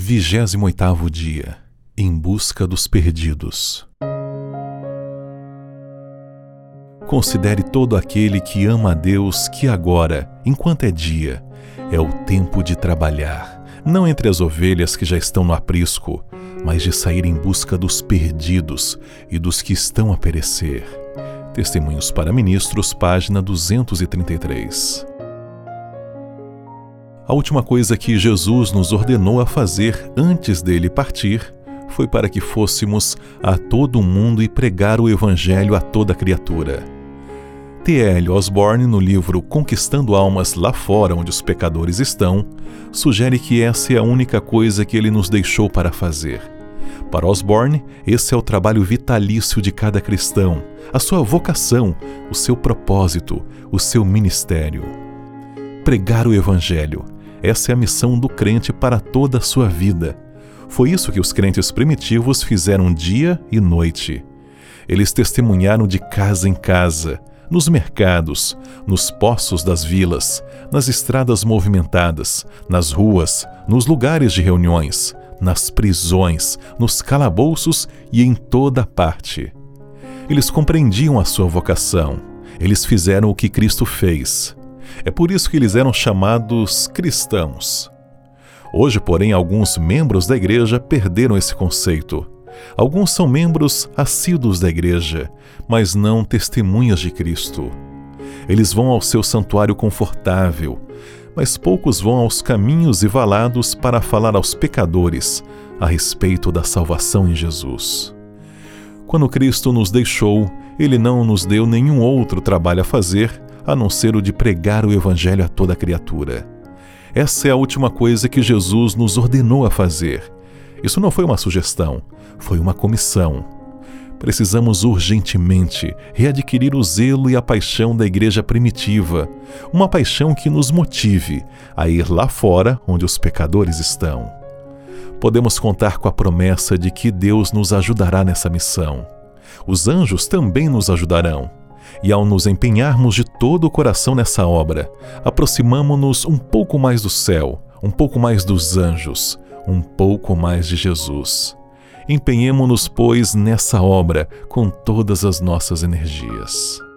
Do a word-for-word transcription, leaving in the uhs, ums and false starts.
Vigésimo oitavo dia. Em busca dos perdidos. Considere todo aquele que ama a Deus que agora, enquanto é dia, é o tempo de trabalhar, não entre as ovelhas que já estão no aprisco, mas de sair em busca dos perdidos e dos que estão a perecer. Testemunhos para Ministros, página duzentos e trinta e três. A última coisa que Jesus nos ordenou a fazer antes dele partir foi para que fôssemos a todo o mundo e pregar o Evangelho a toda criatura. T L Osborne, no livro Conquistando Almas Lá Fora Onde os Pecadores Estão, sugere que essa é a única coisa que ele nos deixou para fazer. Para Osborne, esse é o trabalho vitalício de cada cristão, a sua vocação, o seu propósito, o seu ministério. Pregar o Evangelho. Essa é a missão do crente para toda a sua vida. Foi isso que os crentes primitivos fizeram dia e noite. Eles testemunharam de casa em casa, nos mercados, nos poços das vilas, nas estradas movimentadas, nas ruas, nos lugares de reuniões, nas prisões, nos calabouços e em toda parte. Eles compreendiam a sua vocação. Eles fizeram o que Cristo fez. É por isso que eles eram chamados cristãos. Hoje, porém, alguns membros da igreja perderam esse conceito. Alguns são membros assíduos da igreja, mas não testemunhas de Cristo. Eles vão ao seu santuário confortável, mas poucos vão aos caminhos e valados para falar aos pecadores a respeito da salvação em Jesus. Quando Cristo nos deixou, Ele não nos deu nenhum outro trabalho a fazer, a não ser o de pregar o Evangelho a toda criatura. Essa é a última coisa que Jesus nos ordenou a fazer. Isso não foi uma sugestão, foi uma comissão. Precisamos urgentemente readquirir o zelo e a paixão da igreja primitiva, uma paixão que nos motive a ir lá fora onde os pecadores estão. Podemos contar com a promessa de que Deus nos ajudará nessa missão. Os anjos também nos ajudarão. E ao nos empenharmos de todo o coração nessa obra, aproximamo-nos um pouco mais do céu, um pouco mais dos anjos, um pouco mais de Jesus. Empenhemo-nos, pois, nessa obra com todas as nossas energias.